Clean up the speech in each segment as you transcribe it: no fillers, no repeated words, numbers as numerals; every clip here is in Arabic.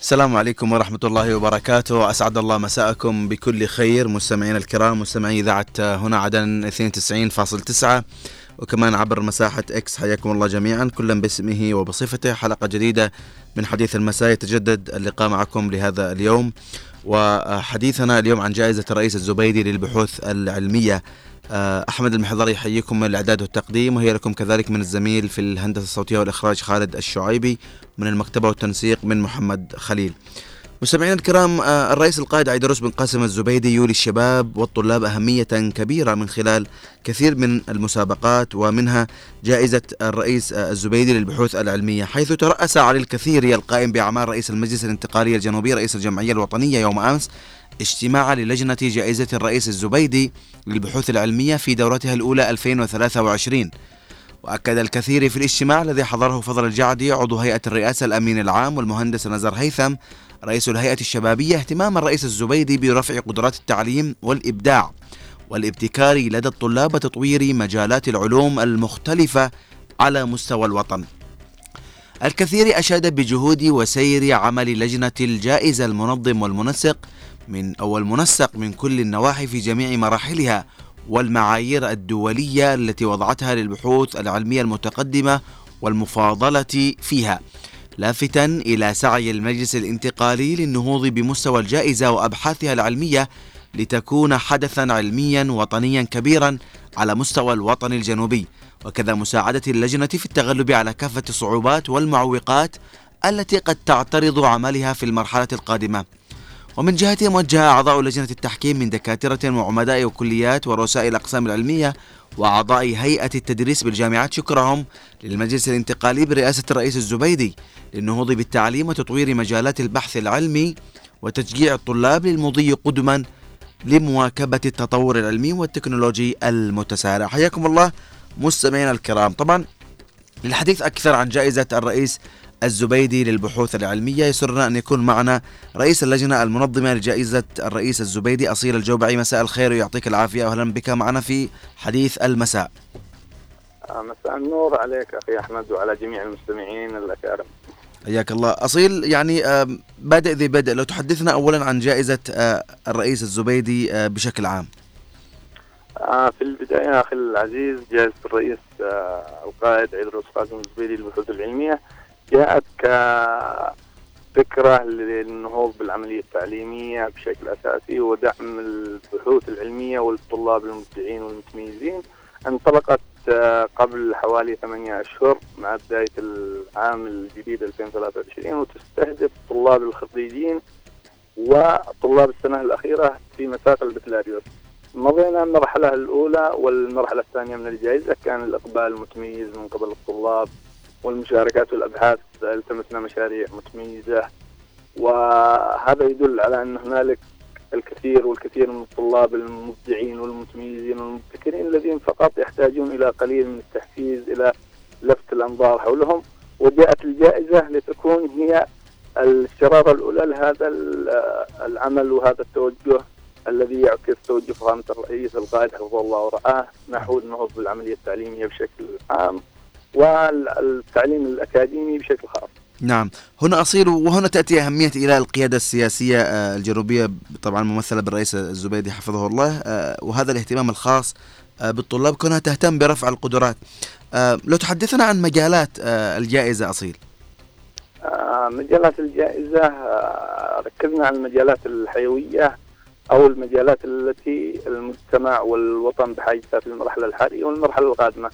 السلام عليكم ورحمة الله وبركاته. أسعد الله مساءكم بكل خير مستمعينا الكرام، مستمعي إذاعة هنا عدن 92.9 وكمان عبر مساحة إكس. حياكم الله جميعا كلا باسمه وبصفته. حلقة جديدة من حديث المساء، يتجدد اللقاء معكم لهذا اليوم، وحديثنا اليوم عن جائزة الرئيس الزبيدي للبحوث العلمية. أحمد المحضري يحييكم من الإعداد والتقديم، وهي لكم كذلك من الزميل في الهندسة الصوتية والإخراج خالد الشعيبي، من المكتبة والتنسيق من محمد خليل. مستمعينا الكرام، الرئيس القائد عيدروس بن قاسم الزبيدي يولي الشباب والطلاب أهمية كبيرة من خلال كثير من المسابقات، ومنها جائزة الرئيس الزبيدي للبحوث العلمية، حيث ترأس على الكثير القائم بأعمال رئيس المجلس الانتقالي الجنوبي رئيس الجمعية الوطنية يوم أمس اجتماعا للجنة جائزة الرئيس الزبيدي للبحوث العلمية في دورتها الأولى 2023. وأكد الكثير في الاجتماع الذي حضره فضل الجعدي عضو هيئة الرئاسة الأمين العام والمهندس نزار هيثم رئيس الهيئة الشبابية اهتمام الرئيس الزبيدي برفع قدرات التعليم والإبداع والابتكار لدى الطلاب وتطوير مجالات العلوم المختلفة على مستوى الوطن. الكثير أشاد بجهود وسير عمل لجنة الجائزة المنظم والمنسق من كل النواحي في جميع مراحلها والمعايير الدولية التي وضعتها للبحوث العلمية المتقدمة والمفاضلة فيها، لافتا إلى سعي المجلس الانتقالي للنهوض بمستوى الجائزة وأبحاثها العلمية لتكون حدثا علميا وطنيا كبيرا على مستوى الوطن الجنوبي، وكذا مساعدة اللجنة في التغلب على كافة الصعوبات والمعوقات التي قد تعترض عملها في المرحلة القادمة. ومن جهتهم وجه أعضاء لجنة التحكيم من دكاترة وعمداء وكليات ورؤساء الأقسام العلمية وأعضاء هيئة التدريس بالجامعات شكرهم للمجلس الانتقالي برئاسة الرئيس الزبيدي للنهوض بالتعليم وتطوير مجالات البحث العلمي وتشجيع الطلاب للمضي قدما لمواكبة التطور العلمي والتكنولوجي المتسارع. حياكم الله مستمعينا الكرام. طبعا للحديث أكثر عن جائزة الرئيس الزبيدي للبحوث العلمية يسرنا أن يكون معنا رئيس اللجنة المنظمة لجائزة الرئيس الزبيدي أصيل الجوبعي. مساء الخير ويعطيك العافية، وأهلا بك معنا في حديث المساء. مساء النور عليك أخي أحمد وعلى جميع المستمعين الأكارم. حياك الله. أصيل، يعني بادئ ذي بدء، لو تحدثنا أولا عن جائزة الرئيس الزبيدي بشكل عام. في البداية أخي العزيز، جائزة الرئيس القائد عيدروس قاسم الزبيدي للبحوث العلمية جاءت كفكرة للنهوض بالعملية التعليمية بشكل أساسي ودعم البحوث العلمية والطلاب المبدعين والمتميزين. انطلقت قبل حوالي 8 أشهر مع بداية العام الجديد 2023، وتستهدف الطلاب الخريجين وطلاب السنة الأخيرة في مساق البكالوريوس. مضينا المرحلة الأولى والمرحلة الثانية من الجائزة، كان الإقبال المتميز من قبل الطلاب والمشاركات والأبحاث، التمسنا مشاريع متميزة، وهذا يدل على أن هنالك والكثير من الطلاب المبدعين والمتميزين والمبتكرين الذين فقط يحتاجون إلى قليل من التحفيز، إلى لفت الأنظار حولهم. وجاءت الجائزة لتكون هي الشرارة الأولى لهذا العمل وهذا التوجه الذي يعكس توجه فخامة الرئيس القائد حفظه الله ورعاه نحو النهوض بالعملية التعليمية بشكل عام والتعليم الأكاديمي بشكل خاص. نعم، هنا أصيل، وهنا تأتي أهمية إلى القيادة السياسية الجنوبية، طبعا ممثلة بالرئيس الزبيدي حفظه الله، وهذا الاهتمام الخاص بالطلاب كونها تهتم برفع القدرات. لو تحدثنا عن مجالات الجائزة أصيل. مجالات الجائزة ركزنا على المجالات الحيوية أو المجالات التي المجتمع والوطن بحاجتها في المرحلة الحالية والمرحلة القادمة.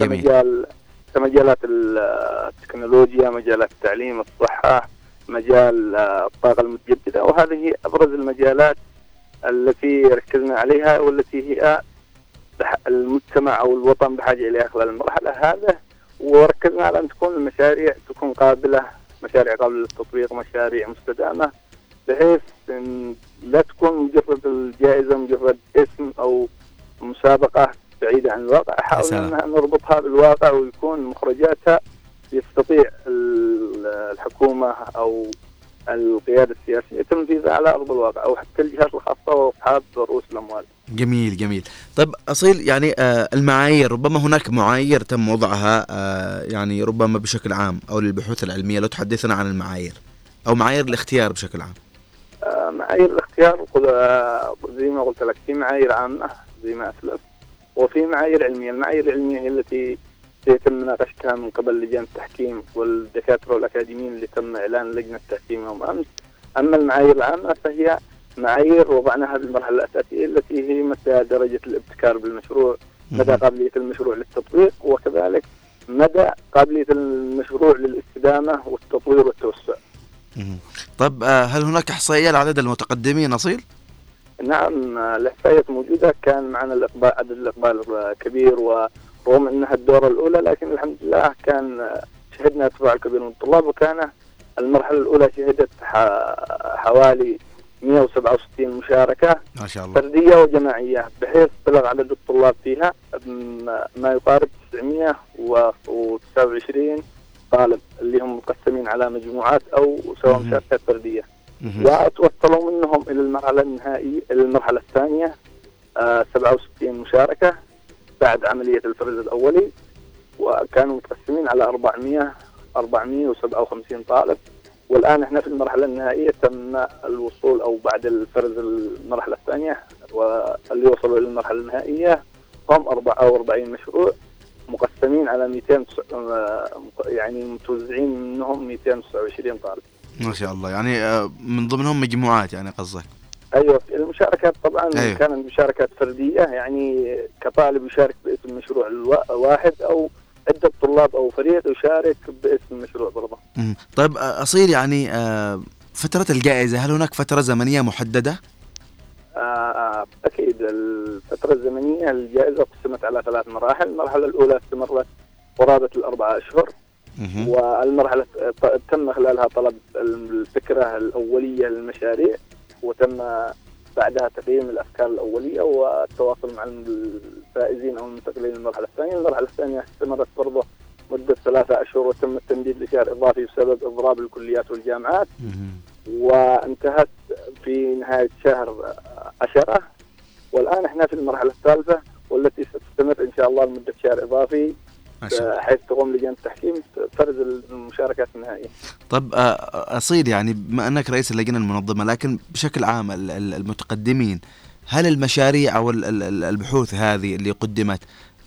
كمجالات التكنولوجيا، مجالات التعليم، الصحة، مجال الطاقة المتجددة، وهذه أبرز المجالات التي ركزنا عليها والتي هي المجتمع أو الوطن بحاجة إليها خلال المرحلة هذه. وركزنا على أن تكون المشاريع تكون مشاريع قابلة للتطبيق، مشاريع مستدامة، بحيث أن لا تكون مجرد الجائزة مجرد اسم أو مسابقة بعيدة عن الواقع. حاولنا أن نربطها بالواقع ويكون مخرجاتها يستطيع الحكومة أو القيادة السياسية تنفيذها على أرض الواقع، أو حتى الجهات الخاصة وأصحاب رؤوس الأموال. جميل جميل. طيب أصيل، يعني المعايير، ربما هناك معايير تم وضعها يعني ربما بشكل عام أو للبحوث العلمية، لو تحدثنا عن المعايير. أو معايير الاختيار بشكل عام؟ معايير الاختيار زي ما قلت لك، في معايير عامة زي ما أسلف، وفي معايير علمية. المعايير العلمية هي التي يتم مناقشتها من قبل لجان التحكيم والدكاترة والأكاديميين اللي تم إعلان لجنة التحكيم يوم أمس. أما المعايير العامة فهي معايير وضعناها بالمرحلة الأساسية التي هي مدى درجة الابتكار بالمشروع، مدى قابلية المشروع للتطبيق، وكذلك مدى قابلية المشروع للاستدامة والتطوير والتوسع. طب هل هناك إحصائية لعدد المتقدمين أصيل؟ نعم، الإحصائيات موجودة. كان معنا الإقبال، عدد الإقبال كبير، ورغم أنها الدورة الأولى لكن الحمد لله كان شهدنا تفاعل كبير من الطلاب. وكان المرحلة الأولى شهدت حوالي 167 مشاركة ما شاء الله فردية وجماعية، بحيث بلغ عدد الطلاب فيها ما يقارب 929 طالب اللي هم مقسمين على مجموعات أو سواء مشاركات فردية. وتوصلوا منهم إلى المرحلة النهائية، المرحلة الثانية 67 مشاركة بعد عملية الفرز الأولي، وكانوا متقسمين على 457 طالب. والآن احنا في المرحلة النهائية تم الوصول، أو بعد الفرز المرحلة الثانية واللي وصلوا إلى المرحلة النهائية هم 44 مشروع مقسمين على 200، يعني متوزعين منهم 229 طالب. ما شاء الله. يعني من ضمنهم مجموعات يعني قصدك؟ أيوة، المشاركات طبعا أيوة. كانت مشاركات فردية، يعني كطالب يشارك باسم مشروع واحد، أو عدة طلاب أو فريق يشارك باسم مشروع برضه. طيب أصيل، يعني فترة الجائزة هل هناك فترة زمنية محددة؟ أكيد. الفترة الزمنية الجائزة قسمت على 3 مراحل. المرحلة الأولى استمرت قرابة 4 أشهر، والمرحلة تم خلالها طلب الفكرة الأولية للمشاريع، وتم بعدها تقييم الأفكار الأولية والتواصل مع الفائزين أو المنتقلين للمرحلة الثانية. المرحلة الثانية استمرت برضه مدة 3 أشهر، وتم التمديد لشهر إضافي بسبب إضراب الكليات والجامعات، وانتهت في نهاية شهر 10. والآن احنا في المرحلة الثالثة والتي ستستمر إن شاء الله لمدة شهر إضافي، حيث تقوم لجنة التحكيم فرز المشاركات النهائية. طب أصيل، يعني بما أنك رئيس اللجنة المنظمة، لكن بشكل عام المتقدمين، هل المشاريع أو البحوث هذه اللي قدمت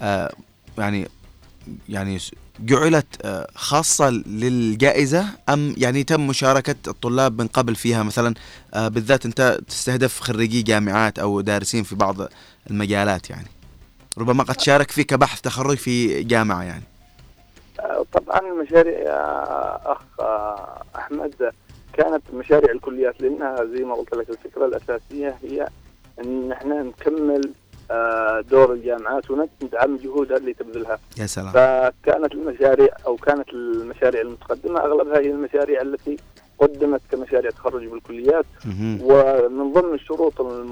يعني جعلت خاصة للجائزة، أم يعني تم مشاركة الطلاب من قبل فيها؟ مثلا بالذات أنت تستهدف خريجي جامعات أو دارسين في بعض المجالات، يعني ربما قد شارك في كبحث تخرج في جامعة يعني. طبعا المشاريع يا أخ أحمد كانت مشاريع الكليات، لأنها زي ما قلت لك الفكرة الأساسية هي أن احنا نكمل دور الجامعات وندعم جهودها اللي تبذلها. يا سلام. فكانت المشاريع كانت المشاريع المتقدمة أغلبها هي المشاريع التي قدمت كمشاريع تخرج بالكليات. ومن ضمن الشروط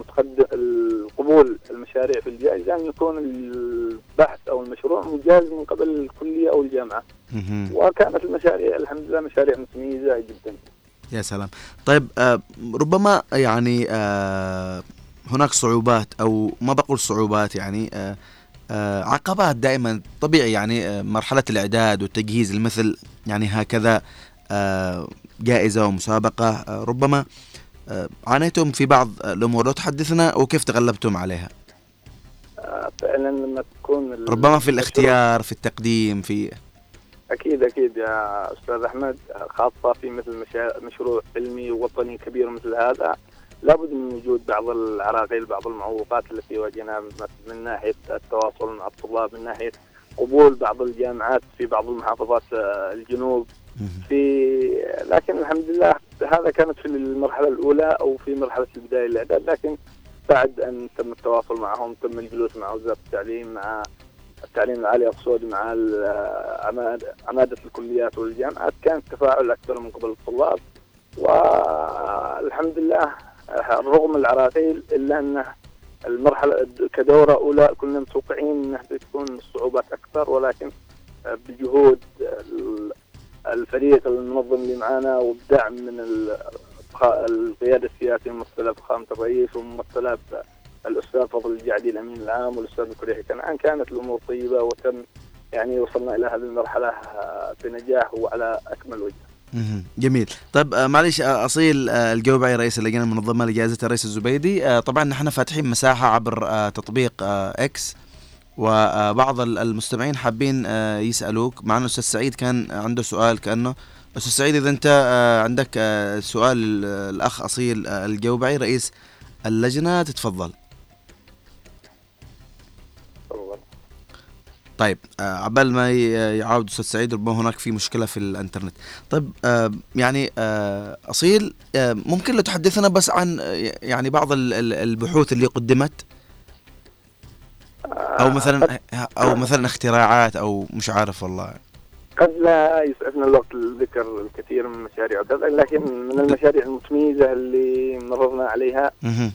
القبول المشاريع في الجائزة أن يكون البحث أو المشروع مجاز من قبل الكلية أو الجامعة. وكانت المشاريع الحمد لله مشاريع متميزة جدا. يا سلام. طيب ربما يعني هناك صعوبات، أو ما بقول صعوبات، يعني عقبات دائما طبيعي، يعني مرحلة الإعداد والتجهيز المثل يعني هكذا جائزة ومسابقة. ربما عانيتم في بعض الأمور، لو تحدثنا وكيف تغلبتم عليها؟ فعلا لما تكون ربما في الاختيار، في التقديم، في أكيد يا أستاذ أحمد، خاصة في مثل مشروع علمي وطني كبير مثل هذا، لابد من وجود بعض العراقيل، بعض المعوقات التي واجهناها من ناحية التواصل مع الطلاب، من ناحية قبول بعض الجامعات في بعض المحافظات الجنوب، لكن الحمد لله هذا كانت في المرحلة الأولى أو في مرحلة البداية الإعداد. لكن بعد أن تم التواصل معهم، تم الجلوس مع وزارة التعليم، مع التعليم العالي أقصد، مع عمادة الكليات والجامعات، كان تفاعل أكثر من قبل الطلاب. والحمد لله رغم العراقيل إلا أن المرحلة كدورة أولى كنا متوقعين أنها تكون الصعوبات أكثر، ولكن بجهود الفريق المنظم اللي معنا وبدعم من القيادة السياسية ممثلة بفخامة الرئيس وممثلة الأستاذ فضل الجعدي الأمين العام والأستاذ الكريحي كنعان، كانت الأمور طيبة، وتم يعني وصلنا إلى هذه المرحلة بنجاح وعلى أكمل وجه. جميل. طيب معليش أصيل الجوبعي رئيس اللجنة المنظمة لجائزة الرئيس الزبيدي. طبعا نحن فاتحين مساحة عبر تطبيق إكس، وبعض المستمعين حابين يسألوك، مع أنه أستاذ سعيد كان عنده سؤال كأنه. أستاذ سعيد إذا أنت عندك سؤال الأخ أصيل الجوبعي رئيس اللجنة تتفضل. طيب عبال ما يعاود أستاذ سعيد، ربما هناك في مشكلة في الإنترنت. طيب يعني أصيل ممكن لو تحدثنا بس عن يعني بعض البحوث اللي قدمت، أو مثلا اختراعات، أو مش عارف والله. قد لا يسعفنا الوقت لذكر الكثير من المشاريع وكذا، لكن من المشاريع المتميزة اللي مررنا عليها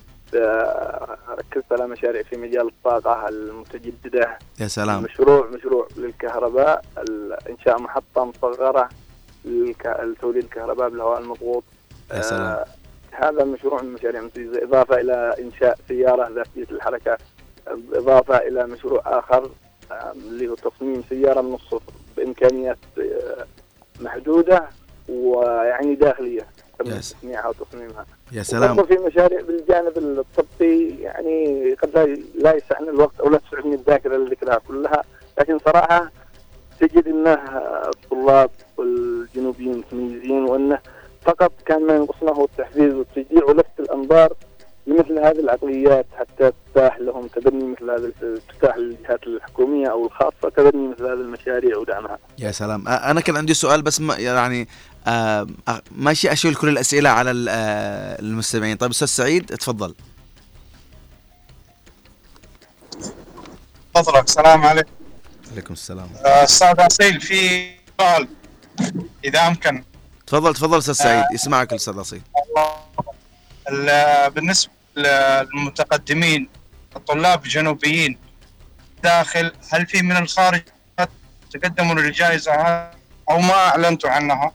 ركزت على مشاريع في مجال الطاقة المتجددة. يا سلام. مشروع للكهرباء، إنشاء محطة مصغرة لتوليد الكهرباء بالهواء المضغوط. يا سلام. هذا المشروع من المشاريع المتميزة، إضافة إلى إنشاء سيارة ذاتية الحركة، إضافة إلى مشروع آخر اللي هو تصميم سيارة من الصفر بإمكانيات محدودة ويعني داخلية تصنيعها وتصميمها. يا سلام. في مشاريع بالجانب الطبي، يعني قد لا يسعني الوقت أو لا تسعني الذاكرة لذكرها كلها، لكن صراحة تجد أنه الطلاب والجنوبيين متميزين، وأنه فقط كان ما ينقصنا هو التحفيز والتشجيع ولفت الأنظار لمثل هذه العقليات، حتى تتاح لهم تبني مثل هذا، تتاح للجهات الحكومية أو الخاصة تبني مثل هذه المشاريع ودعمها. يا سلام. أنا كان عندي سؤال بس يعني ماشي أشيل كل الأسئلة على المستمعين. طيب أستاذ سعيد تفضل. تفضل. السلام عليكم. عليكم السلام. أستاذ أصيل في سؤال إذا أمكن. تفضل أستاذ سعيد، يسمعك الأستاذ أصيل. بالنسبة للمتقدمين الطلاب الجنوبيين داخل، هل في من الخارج تقدموا للجائزة أو ما أعلنتوا عنها؟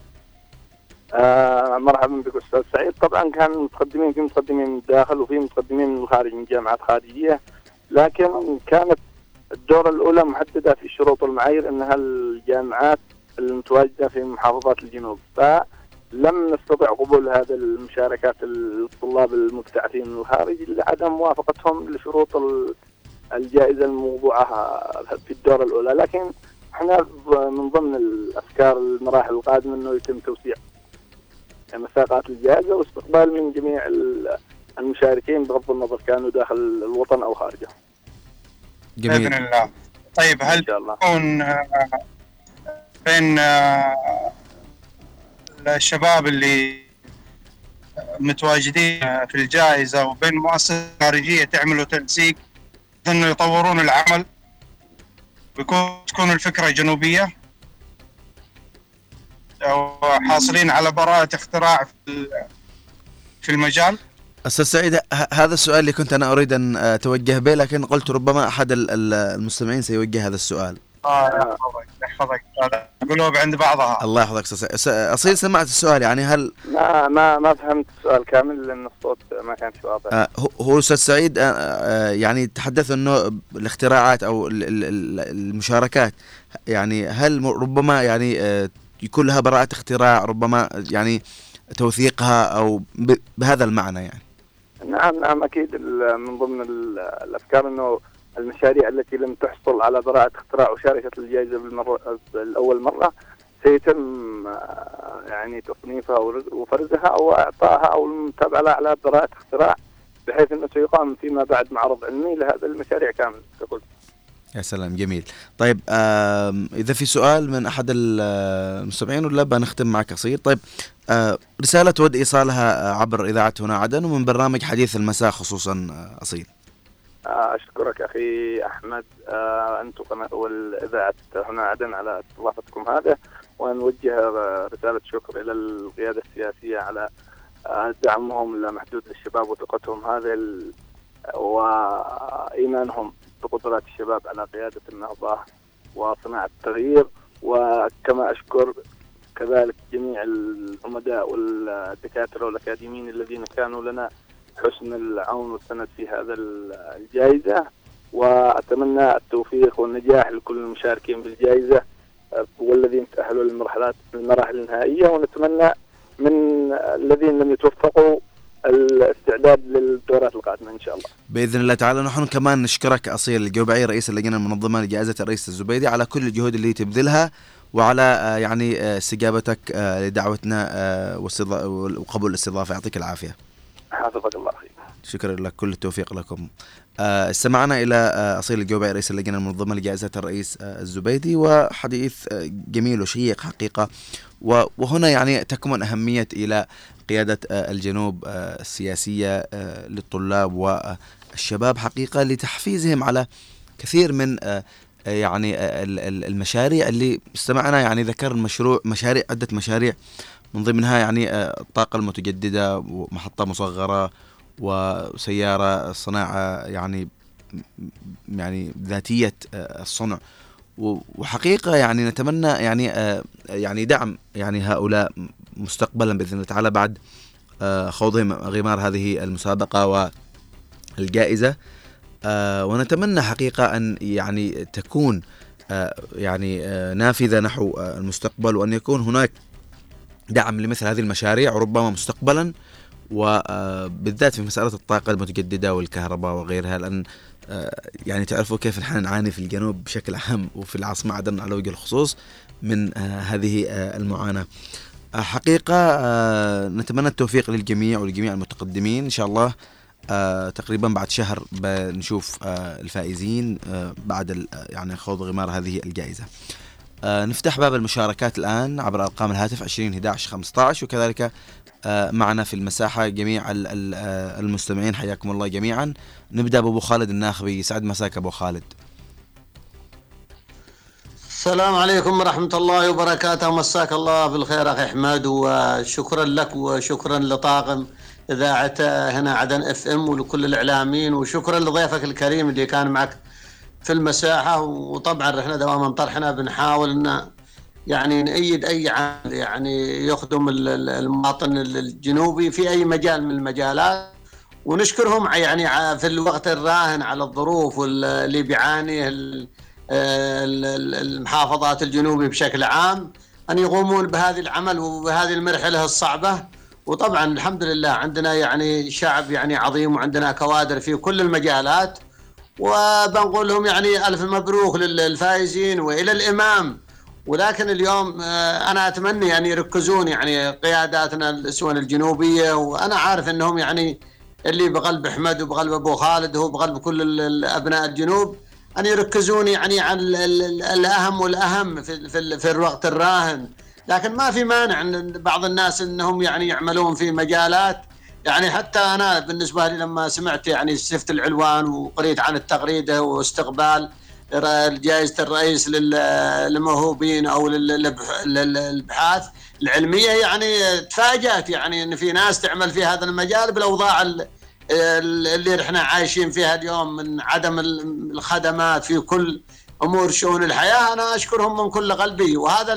مرحبا بك أستاذ سعيد. طبعا كان متقدمين، في متقدمين من الداخل وفي متقدمين من الخارج من جامعات خارجية، لكن كانت الدورة الأولى محددة في الشروط والمعايير أنها الجامعات المتواجدة في محافظات الجنوب، فلم نستطع قبول هذه المشاركات الطلاب المبتعثين من الخارج لعدم موافقتهم لشروط الجائزة الموضوعة في الدورة الأولى. لكن احنا من ضمن الأفكار المراحل القادمة أنه يتم توسيع مساقات الجائزة واستقبال من جميع المشاركين بغض النظر كانوا داخل الوطن أو خارجه. جميل. بإذن الله. طيب هل تكون بين الشباب اللي متواجدين في الجائزة وبين مؤسسة خارجية تعملوا تنسيق إنه يطورون العمل، تكون الفكرة جنوبية أو حاصلين على براءة اختراع في المجال؟ أستاذ سعيد، هذا السؤال اللي كنت أنا أريد أن أتوجه به، لكن قلت ربما أحد المستمعين سيوجه هذا السؤال. يحفظك قلوب عند بعضها. الله يحفظك أصيل. سمعت السؤال يعني؟ هل ما فهمت السؤال كامل لأن الصوت ما كان واضح. هو أستاذ سعيد يعني تحدث أنه الاختراعات أو المشاركات، يعني هل ربما يعني يكون لها براءة اختراع، ربما يعني توثيقها أو بهذا المعنى يعني؟ نعم أكيد. من ضمن الأفكار أنه المشاريع التي لم تحصل على براءة اختراع وشاركت الجائزة بالأول مرة سيتم يعني تصنيفها وفرزها أو إعطائها أو المتابعة على براءة اختراع، بحيث أنه سيقام فيما بعد معرض علمي لهذا المشاريع كامل ككل. يا سلام. جميل. طيب إذا في سؤال من أحد المستمعين ولا بنختم معك أصيل. طيب رسالة ود إيصالها عبر إذاعة هنا عدن ومن برنامج حديث المساء خصوصا أصيل. أشكرك أخي أحمد، أنتم والإذاعة هنا عدن على استضافتكم هذا، ونوجه رسالة شكر إلى القيادة السياسية على دعمهم اللامحدود للشباب وثقتهم هذا وإيمانهم بقدرات الشباب على قيادة النهضة وصناعة التغيير. وكما أشكر كذلك جميع العمداء والدكاترة والأكاديميين الذين كانوا لنا حسن العون والسند في هذا الجائزة، وأتمنى التوفيق والنجاح لكل المشاركين بالجائزة والذين تأهلوا المراحل النهائية، ونتمنى من الذين لم يتوفقوا الاستعداد للدورات القادمة إن شاء الله بإذن الله تعالى. نحن كمان نشكرك أصيل الجوبعي رئيس اللجنة المنظمة لجائزة الرئيس الزبيدي على كل الجهود اللي تبذلها، وعلى يعني استجابتك لدعوتنا وقبول الاستضافة. يعطيك العافية. حافظك الله أخي. شكرا لك، كل التوفيق لكم. استمعنا إلى أصيل الجوبعي رئيس اللجنة المنظمة لجائزة الرئيس الزبيدي، وحديث جميل وشيق حقيقة. وهنا يعني تكمن أهمية إلى قيادة الجنوب السياسية للطلاب والشباب حقيقة، لتحفيزهم على كثير من يعني المشاريع اللي استمعنا. يعني ذكر مشاريع عدة مشاريع من ضمنها يعني الطاقة المتجددة ومحطة مصغرة وسيارة صناعة يعني ذاتية الصنع. وحقيقة يعني نتمنى يعني دعم يعني هؤلاء مستقبلا بإذن الله تعالى بعد خوضهم غمار هذه المسابقة والجائزة. ونتمنى حقيقة أن يعني تكون يعني نافذة نحو المستقبل، وأن يكون هناك دعم لمثل هذه المشاريع ربما مستقبلا، وبالذات في مسألة الطاقة المتجددة والكهرباء وغيرها، لأن يعني تعرفوا كيف نحن نعاني في الجنوب بشكل عام وفي العاصمة عدن على وجه الخصوص من هذه المعاناة. حقيقة نتمنى التوفيق للجميع ولجميع المتقدمين إن شاء الله. تقريبا بعد شهر بنشوف الفائزين بعد يعني خوض غمار هذه الجائزة. نفتح باب المشاركات الآن عبر أرقام الهاتف 20 11 15، وكذلك معنا في المساحة جميع المستمعين. حياكم الله جميعا. نبدأ بأبو خالد الناخبي. سعد مساك أبو خالد. السلام عليكم ورحمة الله وبركاته. مساك الله بالخير أخي أحمد، وشكرا لك وشكرا لطاقم إذاعة هنا عدن FM ولكل الإعلاميين، وشكرا لضيفك الكريم اللي كان معك في المساحة. وطبعا احنا دواما طرحنا بنحاول ان يعني نأيد اي عمل يعني يخدم المواطن الجنوبي في اي مجال من المجالات، ونشكرهم يعني في الوقت الراهن على الظروف اللي بيعانيه المحافظات الجنوبي بشكل عام، ان يقومون بهذا العمل وبهذه المرحلة الصعبة. وطبعا الحمد لله عندنا يعني شعب يعني عظيم، وعندنا كوادر في كل المجالات، وبنقول لهم يعني ألف مبروك للفائزين وإلى الإمام. ولكن اليوم أنا أتمنى يعني يركزون يعني قياداتنا الأسوان الجنوبية، وأنا عارف أنهم يعني اللي بقلب أحمد وبقلب أبو خالد هو بقلب كل الأبناء الجنوب، أن يركزون يعني على الأهم والأهم في الوقت الراهن. لكن ما في مانع أن بعض الناس أنهم يعني يعملون في مجالات، يعني حتى أنا بالنسبة لي لما سمعت يعني شفت العنوان وقريت عن التغريدة واستقبال جائزة الرئيس للموهوبين أو للأبحاث العلمية، يعني تفاجأت يعني أن في ناس تعمل في هذا المجال بالأوضاع اللي احنا عايشين فيها اليوم من عدم الخدمات في كل أمور شؤون الحياة. أنا أشكرهم من كل قلبي، وهذا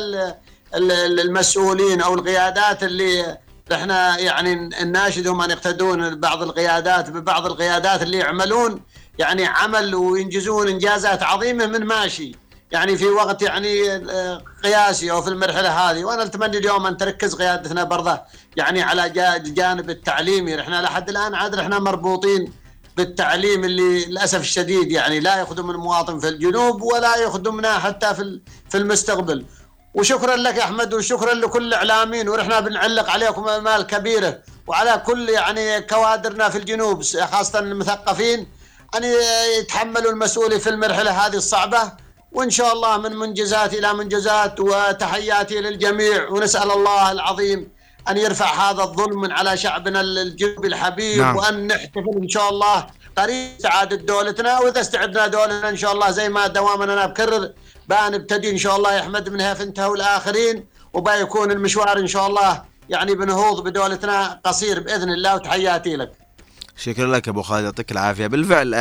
المسؤولين أو القيادات اللي احنا يعني نناشدهم أن يقتدون ببعض القيادات اللي يعملون يعني عمل وينجزون إنجازات عظيمة من ماشي يعني في وقت يعني قياسي أو في المرحلة هذه. وأنا أتمنى اليوم أن تركز قيادتنا برضه يعني على جانب التعليمي. احنا لحد الآن عاد احنا مربوطين بالتعليم اللي للأسف الشديد يعني لا يخدم المواطن في الجنوب ولا يخدمنا حتى في المستقبل. وشكرا لك يا أحمد، وشكرا لكل الإعلاميين، ونحن بنعلق عليكم أمال كبيرة وعلى كل يعني كوادرنا في الجنوب خاصة المثقفين أن يتحملوا المسؤولية في المرحلة هذه الصعبة. وإن شاء الله من منجزات إلى منجزات، وتحياتي للجميع، ونسأل الله العظيم أن يرفع هذا الظلم من على شعبنا الجنوبي الحبيب. نعم. وأن نحتفل إن شاء الله قريب سعادة دولتنا، وإذا استعدنا دولتنا إن شاء الله زي ما دواما أنا بكرر بنبتدي إن شاء الله يا أحمد من هاف انتهوا الآخرين، وبيكون المشوار إن شاء الله يعني بنهوض بدولتنا قصير بإذن الله. وتحياتي لك. شكرا لك أبو خالد، يعطيك العافية. بالفعل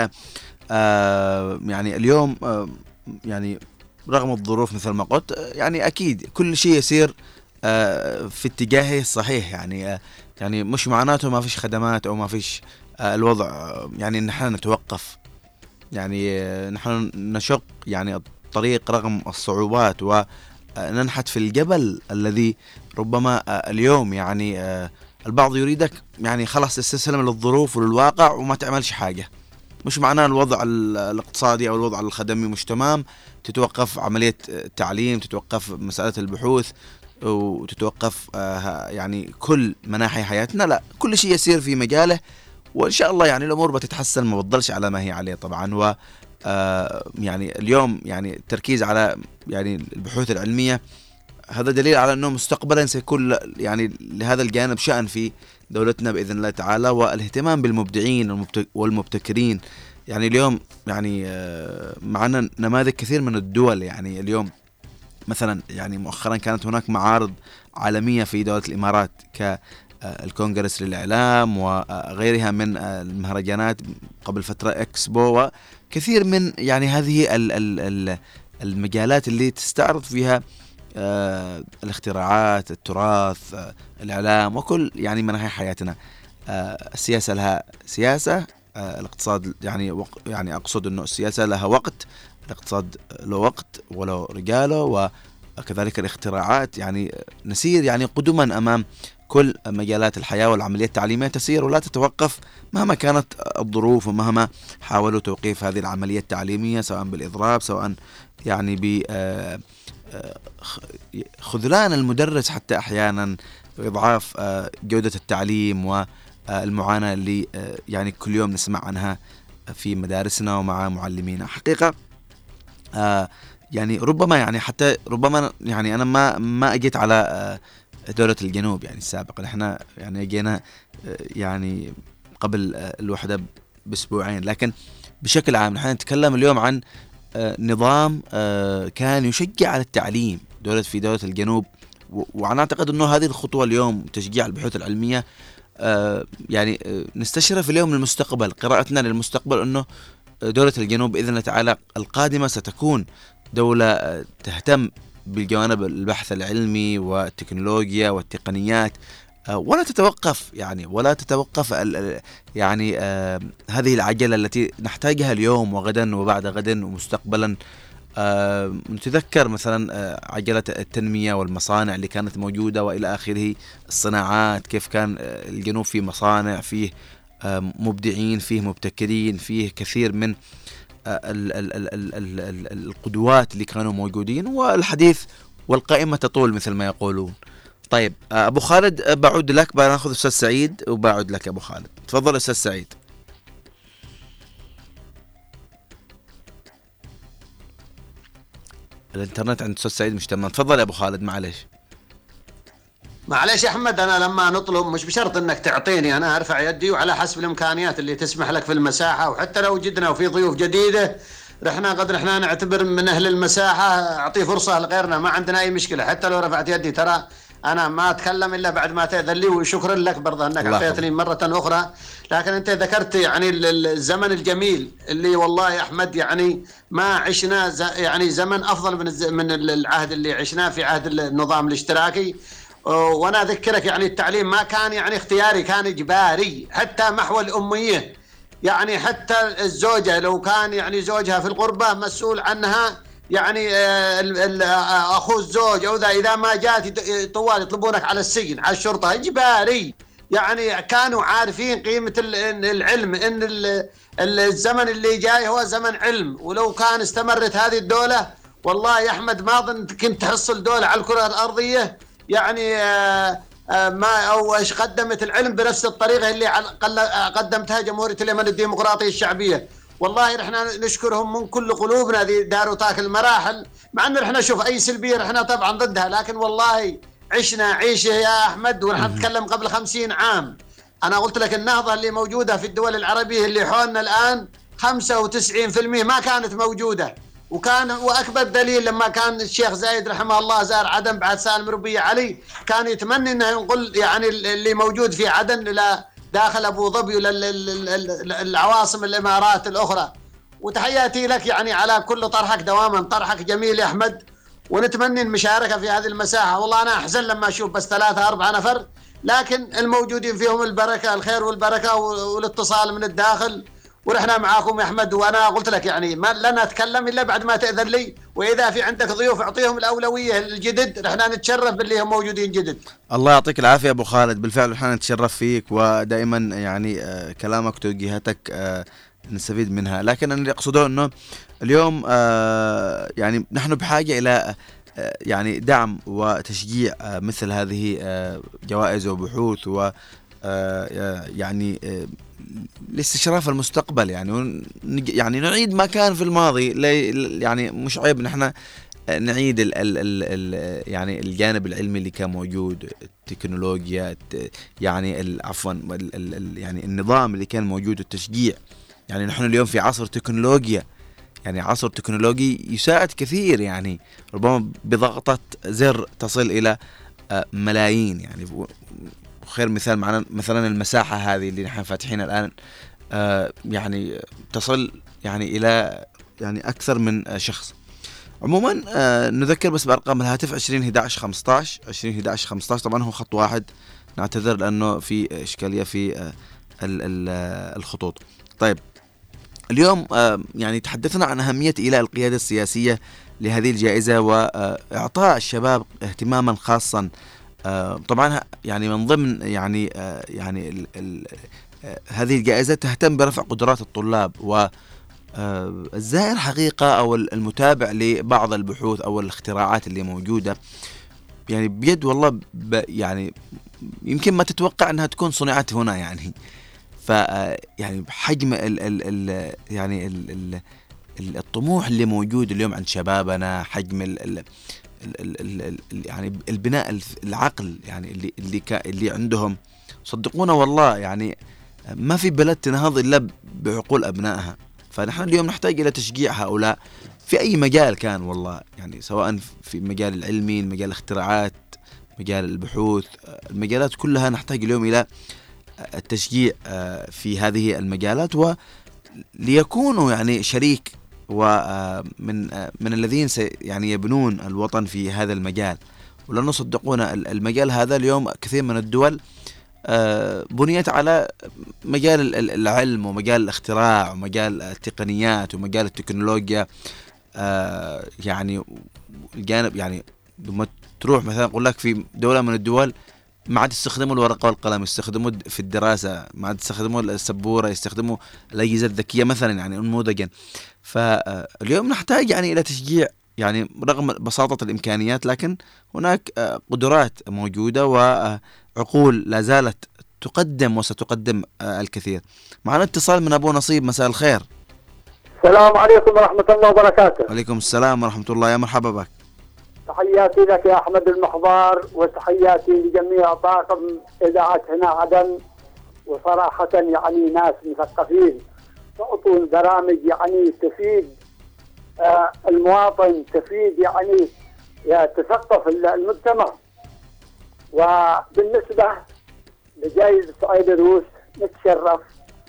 يعني اليوم يعني رغم الظروف مثل ما قلت يعني أكيد كل شيء يسير في اتجاهه الصحيح، يعني مش معناته ما فيش خدمات أو ما فيش الوضع يعني نحن نتوقف، يعني نحن نشق يعني الطريق رغم الصعوبات ننحت في الجبل الذي ربما اليوم يعني البعض يريدك يعني خلاص تستسلم للظروف وللواقع وما تعملش حاجة. مش معناه الوضع الاقتصادي أو الوضع الخدمي مش تمام تتوقف عملية التعليم، تتوقف مسألة البحوث، وتتوقف يعني كل مناحي حياتنا. لا، كل شيء يسير في مجاله، وإن شاء الله يعني الأمور بتتحسن، ما بتضلش على ما هي عليه طبعا. و يعني اليوم يعني التركيز على يعني البحوث العلمية هذا دليل على أنه مستقبلا سيكون يعني لهذا الجانب شأن في دولتنا بإذن الله تعالى، والاهتمام بالمبدعين والمبتكرين. يعني اليوم يعني معنا نماذج كثير من الدول. يعني اليوم مثلا يعني مؤخرا كانت هناك معارض عالمية في دولة الإمارات كالكونغرس للإعلام وغيرها من المهرجانات، قبل فترة إكسبو، وكثير من يعني هذه المجالات اللي تستعرض فيها الاختراعات، التراث، الإعلام، وكل يعني مناحي حياتنا. السياسة لها سياسة، الاقتصاد يعني أقصد أنه السياسة لها وقت، الاقتصاد له وقت وله رجاله، وكذلك الاختراعات. يعني نسير يعني قدما أمام كل مجالات الحياة، والعملية التعليمية تسير ولا تتوقف مهما كانت الظروف ومهما حاولوا توقيف هذه العملية التعليمية، سواء بالإضراب، سواء يعني خذلان المدرس حتى أحيانا، إضعاف جودة التعليم والمعاناة اللي يعني كل يوم نسمع عنها في مدارسنا ومع معلمينا. حقيقة يعني ربما يعني حتى ربما يعني أنا ما أجيت على دولة الجنوب يعني السابقة، احنا يعني أجينا يعني قبل الوحدة بأسبوعين، لكن بشكل عام نحن نتكلم اليوم عن نظام كان يشجع على التعليم في دولة الجنوب. وأنا أعتقد أنه هذه الخطوة اليوم تشجيع البحوث العلمية يعني نستشرف اليوم المستقبل، قراءتنا للمستقبل أنه دولة الجنوب بإذن الله تعالى القادمة ستكون دولة تهتم بالجوانب البحث العلمي والتكنولوجيا والتقنيات، ولا تتوقف يعني هذه العجلة التي نحتاجها اليوم وغدا وبعد غد ومستقبلا. نتذكر مثلا عجلة التنمية والمصانع اللي كانت موجودة وإلى آخره، الصناعات، كيف كان الجنوب فيه مصانع، فيه مبدعين، فيه مبتكرين، فيه كثير من القدوات اللي كانوا موجودين، والحديث والقائمة تطول مثل ما يقولون. طيب أبو خالد بعود لك، بناخذ أستاذ سعيد وبعود لك أبو خالد. تفضل أستاذ سعيد. الانترنت عند أستاذ سعيد مش تمام. تفضل يا أبو خالد. معلش يا أحمد، أنا لما نطلب مش بشرط أنك تعطيني، أنا أرفع يدي وعلى حسب الإمكانيات اللي تسمح لك في المساحة، وحتى لو جدنا وفي ضيوف جديدة رحنا نعتبر من أهل المساحة أعطي فرصة لغيرنا، ما عندنا أي مشكلة. حتى لو رفعت يدي ترى أنا ما أتكلم إلا بعد ما تأذن لي، وشكرا لك برضه أنك أعطيتني مرة أخرى. لكن أنت ذكرت يعني الزمن الجميل اللي والله يا أحمد يعني ما عشنا يعني زمن أفضل من العهد اللي عشناه في عهد النظام الاشتراكي. وانا اذكرك يعني التعليم ما كان يعني اختياري، كان اجباري، حتى محو الاميه. يعني حتى الزوجه لو كان يعني زوجها في الغربه مسؤول عنها، يعني اخو الزوج او اذا ما جات طوال يطلبونك على السجن، على الشرطه، اجباري. يعني كانوا عارفين قيمه العلم، ان الزمن اللي جاي هو زمن علم. ولو كان استمرت هذه الدوله والله يا احمد ما اظن كنت تحصل دوله على الكره الارضيه يعني ما أو إيش قدمت العلم بنفس الطريقة اللي قدمتها جمهورية اليمن الديمقراطية الشعبية. والله رحنا نشكرهم من كل قلوبنا، ذي داروا تاك المراحل، مع أن رحنا نشوف أي سلبية رحنا طبعا ضدها، لكن والله عشنا عيشة يا أحمد. ونحن نتكلم قبل 50 عام. أنا قلت لك النهضة اللي موجودة في الدول العربية اللي حولنا الآن 95% ما كانت موجودة. واكبر دليل لما كان الشيخ زايد رحمه الله زار عدن بعد سالم ربيع علي، كان يتمنى انه ينقل يعني اللي موجود في عدن الى داخل ابو ظبي ولا العواصم الامارات الاخرى. وتحياتي لك يعني على كل طرحك، دواما طرحك جميل يا احمد، ونتمنى المشاركه في هذه المساحه. والله انا احزن لما اشوف بس 3-4 نفر، لكن الموجودين فيهم البركه، الخير والبركه والاتصال من الداخل. ورحنا معاكم يا أحمد. وأنا قلت لك يعني ما لن أتكلم إلا بعد ما تأذن لي، وإذا في عندك ضيوف أعطيهم الأولوية الجدد، رحنا نتشرف باللي هم موجودين جدد. الله يعطيك العافية أبو خالد، بالفعل احنا نتشرف فيك، ودائما يعني كلامك وتوجيهاتك نستفيد منها. لكن اللي أقصده أنه اليوم يعني نحن بحاجة إلى يعني دعم وتشجيع مثل هذه جوائز وبحوث و يعني لاستشراف المستقبل، يعني نعيد ما كان في الماضي. يعني مش عيب نحن نعيد يعني الجانب العلمي اللي كان موجود، التكنولوجيا، يعني عفوا يعني النظام اللي كان موجود والتشجيع. يعني نحن اليوم في عصر تكنولوجيا، يعني عصر تكنولوجي يساعد كثير، يعني ربما بضغطة زر تصل إلى ملايين. يعني خير مثال معنا مثلا المساحة هذه اللي نحن فاتحين الآن، يعني تصل يعني إلى يعني أكثر من شخص. عموما نذكر بس بأرقام الهاتف 2011-15 2011-15. طبعا هو خط واحد، نعتذر لأنه في إشكالية في الخطوط. طيب اليوم يعني تحدثنا عن أهمية إيلاء القيادة السياسية لهذه الجائزة وإعطاء الشباب اهتماما خاصا. طبعا يعني من ضمن يعني هذه الجائزة تهتم برفع قدرات الطلاب، والزائر حقيقة أو المتابع لبعض البحوث أو الاختراعات اللي موجودة يعني بيد والله يعني يمكن ما تتوقع أنها تكون صنعت هنا. يعني يعني حجم يعني الطموح اللي موجود اليوم عند شبابنا، حجم يعني البناء العقل يعني اللي عندهم، صدقونا والله يعني ما في بلد تنهض إلا بعقول أبنائها. فنحن اليوم نحتاج إلى تشجيع هؤلاء في أي مجال كان والله، يعني سواء في المجال العلمي، مجال الاختراعات، مجال البحوث، المجالات كلها نحتاج اليوم إلى التشجيع في هذه المجالات، وليكونوا يعني شريك ومن الذين يعني يبنون الوطن في هذا المجال. ولأنه صدقونا المجال هذا اليوم كثير من الدول بنيت على مجال العلم ومجال الاختراع ومجال التقنيات ومجال التكنولوجيا. يعني الجانب يعني لما تروح مثلا أقول لك في دولة من الدول ما عاد يستخدموا الورقة والقلم، يستخدموا في الدراسة، ما عاد يستخدموا السبورة، يستخدموا الأجهزة الذكية مثلا، يعني نموذجا. فاليوم نحتاج يعني إلى تشجيع، يعني رغم بساطة الإمكانيات لكن هناك قدرات موجودة وعقول لا زالت تقدم وستقدم الكثير. معنا اتصال من أبو نصيب، مساء الخير. السلام عليكم ورحمة الله وبركاته. وعليكم السلام ورحمة الله، يا مرحبا بك. تحياتي لك يا أحمد المحضار، وتحياتي لجميع طاقم إذاعة هنا عدن. وصراحة يعني ناس مثقفين تعطون برامج يعني تفيد المواطن، تفيد يعني تثقف المجتمع. وبالنسبة لجائزة سعيد الروس نتشرف،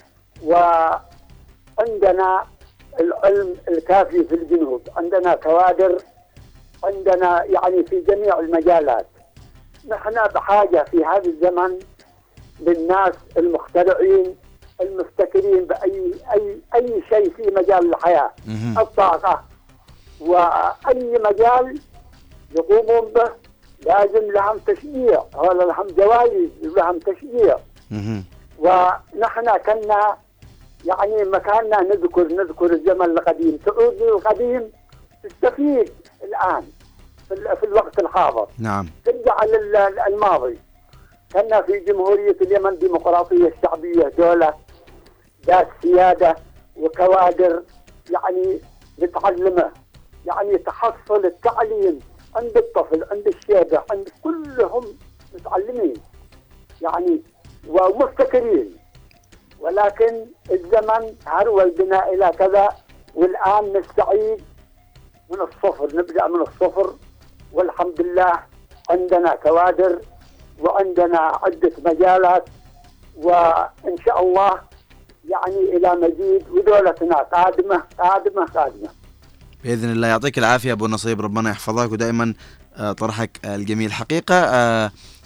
وعندنا العلم الكافي في الجنوب، عندنا كوادر، عندنا يعني في جميع المجالات. نحن بحاجة في هذا الزمن للناس المخترعين المفتكرين بأي شيء في مجال الحياة، الطاقة وأي مجال يقومون به لازم لهم تشجيع، ولا لهم جوائز، لهم تشجيع. ونحن كنا يعني مكاننا نذكر الزمن القديم، تعود للقديم تستفيد الآن في الوقت الحاضر. نعم. ترجع للماضي. كنا في جمهورية اليمن الديمقراطية الشعبية دولة ذات سيادة وكوادر يعني لتعلمه، يعني تحصل التعليم عند الطفل، عند الشيبة، عند كلهم متعلمين يعني ومفتكرين. ولكن الزمن هرول بنا إلى كذا، والآن نستعيد من الصفر، نبدأ من الصفر. والحمد لله عندنا كوادر وعندنا عدة مجالات، وإن شاء الله يعني إلى مزيد، ودولتنا قادمة قادمة قادمة بإذن الله. يعطيك العافية أبو نصيب، ربنا يحفظك، ودائما طرحك الجميل. حقيقة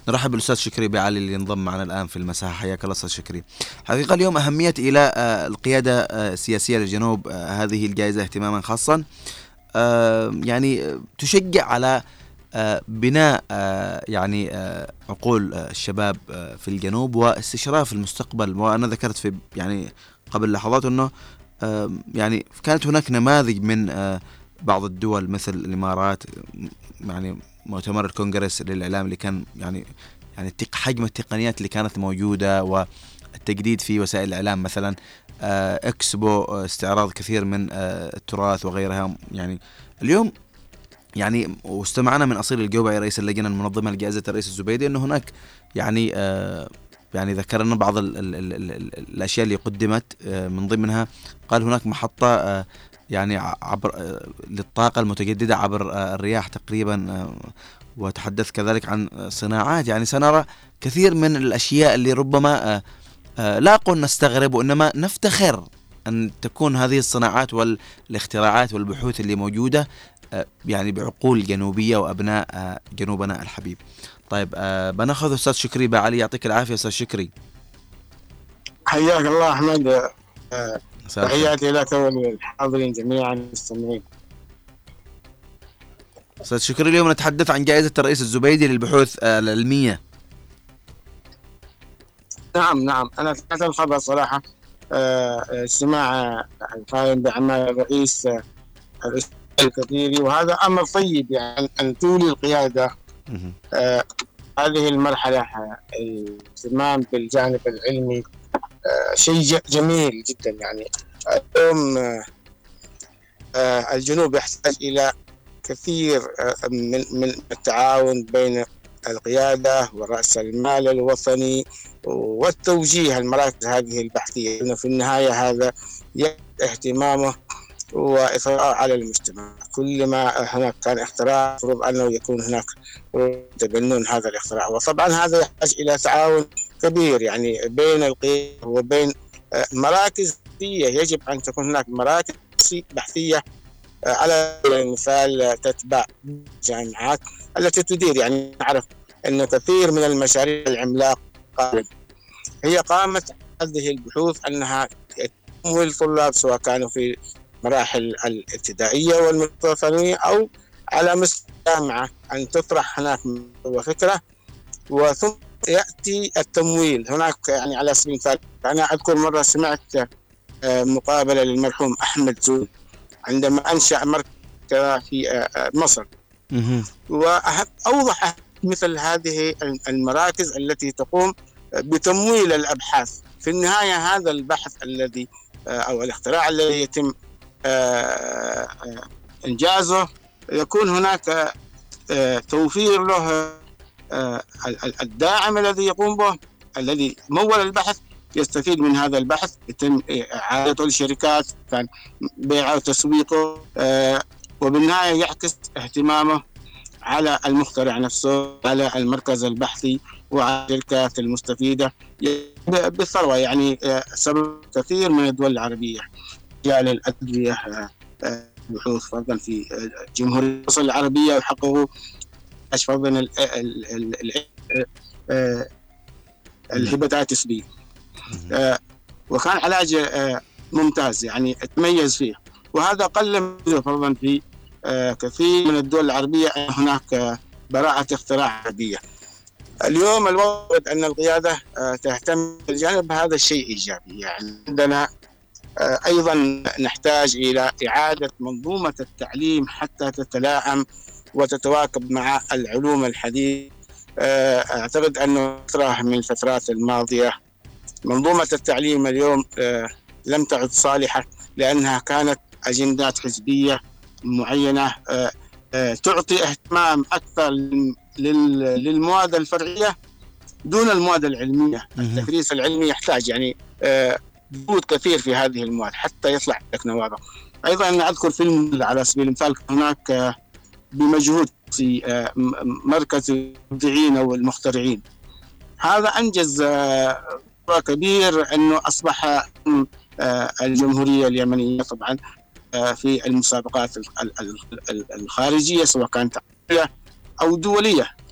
نرحب بالأستاذ شكري بعلي اللي انضم معنا الآن في المساحة. حياك الله أستاذ شكري. حقيقة اليوم أهمية إلى القيادة السياسية للجنوب هذه الجائزة اهتماما خاصا يعني تشجع على بناء يعني عقول الشباب في الجنوب واستشراف المستقبل. وأنا ذكرت في يعني قبل لحظات أنه يعني كانت هناك نماذج من بعض الدول مثل الإمارات، يعني مؤتمر الكونغرس للإعلام اللي كان يعني حجم التقنيات اللي كانت موجودة والتجديد في وسائل الإعلام، مثلا إكسبو استعراض كثير من التراث وغيرها. يعني اليوم يعني واستمعنا من أصيل الجوبعي رئيس اللجنة المنظمة لجائزة الرئيس الزبيدي أنه هناك يعني يعني ذكرنا بعض الأشياء اللي قدمت، من ضمنها قال هناك محطة يعني عبر للطاقة المتجددة عبر الرياح تقريبا، وتحدث كذلك عن صناعات. يعني سنرى كثير من الأشياء اللي ربما لا أقول نستغرب وإنما نفتخر أن تكون هذه الصناعات والاختراعات والبحوث اللي موجودة يعني بعقول جنوبية وأبناء جنوبنا الحبيب. طيب بناخذ أستاذ شكري بعلي. يعطيك العافية أستاذ شكري. حياك الله أحمد. تحياتي لك والحاضرين جميعا المستمعين. أستاذ شكري، اليوم نتحدث عن جائزة الرئيس الزبيدي للبحوث العلمية. نعم أنا سمعت الخبر صراحة. اجتماع القائم بأعمال الرئيس الكثيري، وهذا أمر طيب يعني أن تولي القيادة هذه المرحلة الاهتمام بالجانب العلمي شيء جميل جدا. يعني اليوم الجنوب يحتاج إلى كثير من التعاون بين القيادة ورأس المال الوطني والتوجيه المراكز هذه البحثية. في النهاية هذا اهتمامه وإثراء على المجتمع. كلما هناك كان اختراع المفروض أنه يكون هناك تبنون هذا الاختراع، وطبعا هذا يحتاج إلى تعاون كبير يعني بين القيادة وبين مراكز بحثية. يجب أن تكون هناك مراكز بحثية على المثال تتبع الجامعات التي تدير. يعني نعرف أن كثير من المشاريع العملاقة هي قامت هذه البحوث أنها تمويل الطلاب سواء كانوا في مراحل الابتدائية والمرحلة الثانوية أو على مستوى الجامعة، أن تطرح هناك فكرة وثم يأتي التمويل هناك. يعني على سبيل المثال أنا أذكر مرة سمعت مقابلة للمرحوم أحمد زويل عندما أنشأ مركز في مصر، وأوضح مثل هذه المراكز التي تقوم بتمويل الأبحاث. في النهاية هذا البحث الذي أو الاختراع الذي يتم إنجازه يكون هناك توفير له الداعم الذي يقوم به، الذي مول البحث يستفيد من هذا البحث، يتم إعادته للشركات، كان بيعه وتسويقه، وبالنهاية يعكس اهتمامه على المخترع نفسه، على المركز البحثي وعلى الشركات المستفيدة بالثروة. يعني سبب كثير من الدول العربية رجال الأدوية بحوث فضلا في جمهورية مصر العربية يحققوا فضلا الهيباتيتس بي، وكان علاج ممتاز يعني تميز فيه. وهذا قل فضلا في كثير من الدول العربية هناك براءة اختراع عربية. اليوم الوضع أن القيادة تهتم بالجانب هذا الشيء إيجابي. يعني عندنا أيضا نحتاج إلى إعادة منظومة التعليم حتى تتلائم وتتواكب مع العلوم الحديثة. أعتقد أنه فترة من الفترات الماضية منظومة التعليم اليوم لم تعد صالحة، لأنها كانت أجندات حزبية معينة تعطي اهتمام أكثر للمواد الفرعية دون المواد العلمية. التدريس العلمي يحتاج يعني جهود كثير في هذه المواد حتى يطلع لك نوابغ. أيضا أنا أذكر فيلم على سبيل المثال هناك بمجهود في مركز المبدعين والمخترعين، هذا أنجز كبير أنه أصبح الجمهورية اليمنية طبعا في المسابقات الخارجية سواء كانت عربية أو دولية.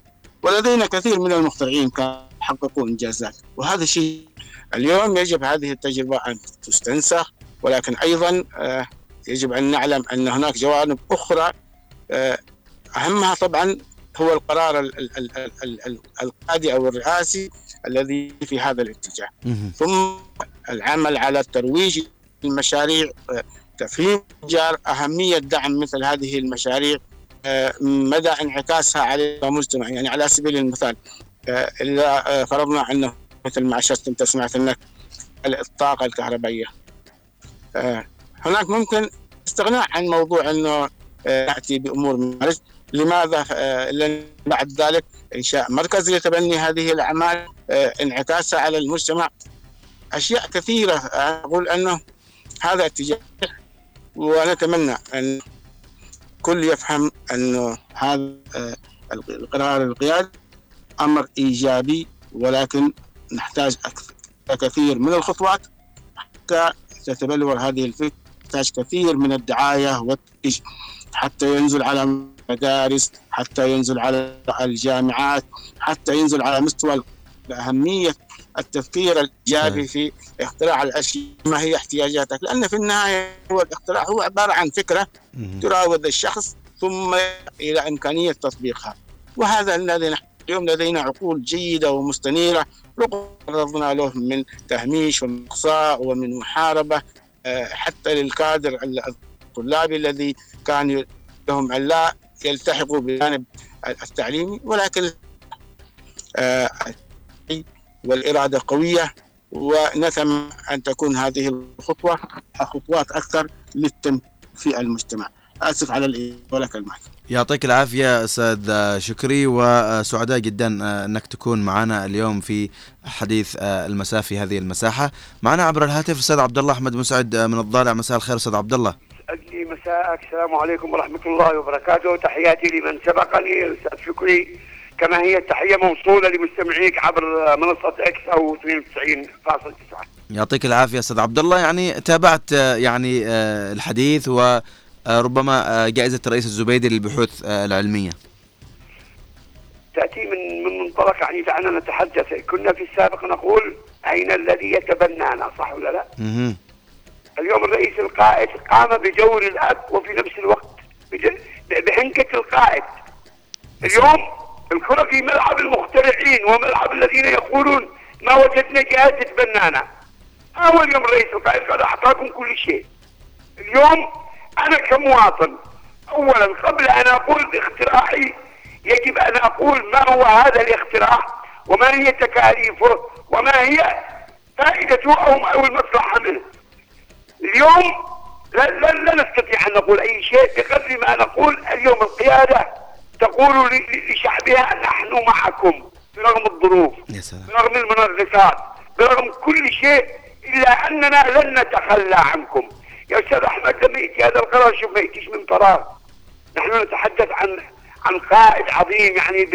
ولدينا كثير من المخترعين كانوا يحققوا إنجازات، وهذا الشيء اليوم يجب هذه التجربة أن تستنسخ. ولكن أيضا يجب أن نعلم أن هناك جوانب أخرى أهمها طبعا هو القرار القادي أو الرئاسي الذي في هذا الاتجاه، ثم العمل على ترويج المشاريع، تفهيم التجار أهمية دعم مثل هذه المشاريع، مدى انعكاسها على المجتمع. يعني على سبيل المثال إذا فرضنا أنه مثل ما أشرت أنت سمعت أنك الطاقة الكهربائية، هناك ممكن استغناء عن موضوع أنه نأتي بأمور معالج. لماذا بعد ذلك إنشاء مركز لتبني هذه الأعمال، انعكاسها على المجتمع، أشياء كثيرة. أقول أنه هذا اتجاه، ونتمنى أن كل يفهم أنه هذا القرار القيادي أمر إيجابي، ولكن نحتاج كثير من الخطوات حتى تتبلور هذه الفكرة. نحتاج كثير من الدعاية والترويج حتى ينزل على المدارس، حتى ينزل على الجامعات، حتى ينزل على مستوى أهمية التفكير الإيجابي في اختراع الأشياء، ما هي احتياجاتك، لأن في النهاية هو الاختراع هو عبارة عن فكرة تراود الشخص ثم إلى إمكانية تطبيقها. وهذا الذي اليوم لدينا عقول جيدة ومستنيرة، رغبنا له من تهميش ومن إقصاء ومن محاربة، حتى للكادر الطلابي الذي كان لهم أن لا يلتحقوا بالجانب التعليمي، ولكن والإرادة قوية، ونتمنى أن تكون هذه الخطوة خطوات أكثر للتنمية في المجتمع. آسف على الإطالة ولك المعك. يعطيك العافية أستاذ شكري، وسعداء جدا أنك تكون معنا اليوم في حديث المساء في هذه المساحة. معنا عبر الهاتف أستاذ عبد الله أحمد مسعد من الضالع. مساء الخير أستاذ عبد الله. لي مساءك، السلام عليكم ورحمة الله وبركاته. تحياتي لمن سبقني الأستاذ شكري، كما هي التحية موصولة لمستمعيك عبر منصة إكس أو 92.9. يعطيك العافية أستاذ عبد الله. يعني تابعت يعني الحديث وربما جائزة رئيس الزبيدي للبحوث العلمية تأتي من منطلق، يعني دعنا نتحدث. كنا في السابق نقول أين الذي يتبنانا، صح ولا لا؟ اليوم الرئيس القائد قام بجور الأب وفي نفس الوقت بحنكة القائد. اليوم الكرة في ملعب المخترعين وملعب الذين يقولون ما وجدنا جهاز تتبنانا. أول يوم الرئيس القائد قد أعطاكم كل شيء. اليوم أنا كمواطن أولا قبل أن أقول باختراعي يجب أن أقول ما هو هذا الاختراع وما هي تكاليفه وما هي فائدته أو المصلحة منه. اليوم لا نستطيع أن نقول أي شيء بقدر ما نقول اليوم القيادة تقول لشعبها نحن معكم برغم الظروف، برغم المنغصات، برغم كل شيء، إلا أننا لن نتخلى عنكم. يا أستاذ أحمد لما يأتي هذا القرار، شوف ما يأتيش من فراغ. نحن نتحدث عن قائد عظيم، يعني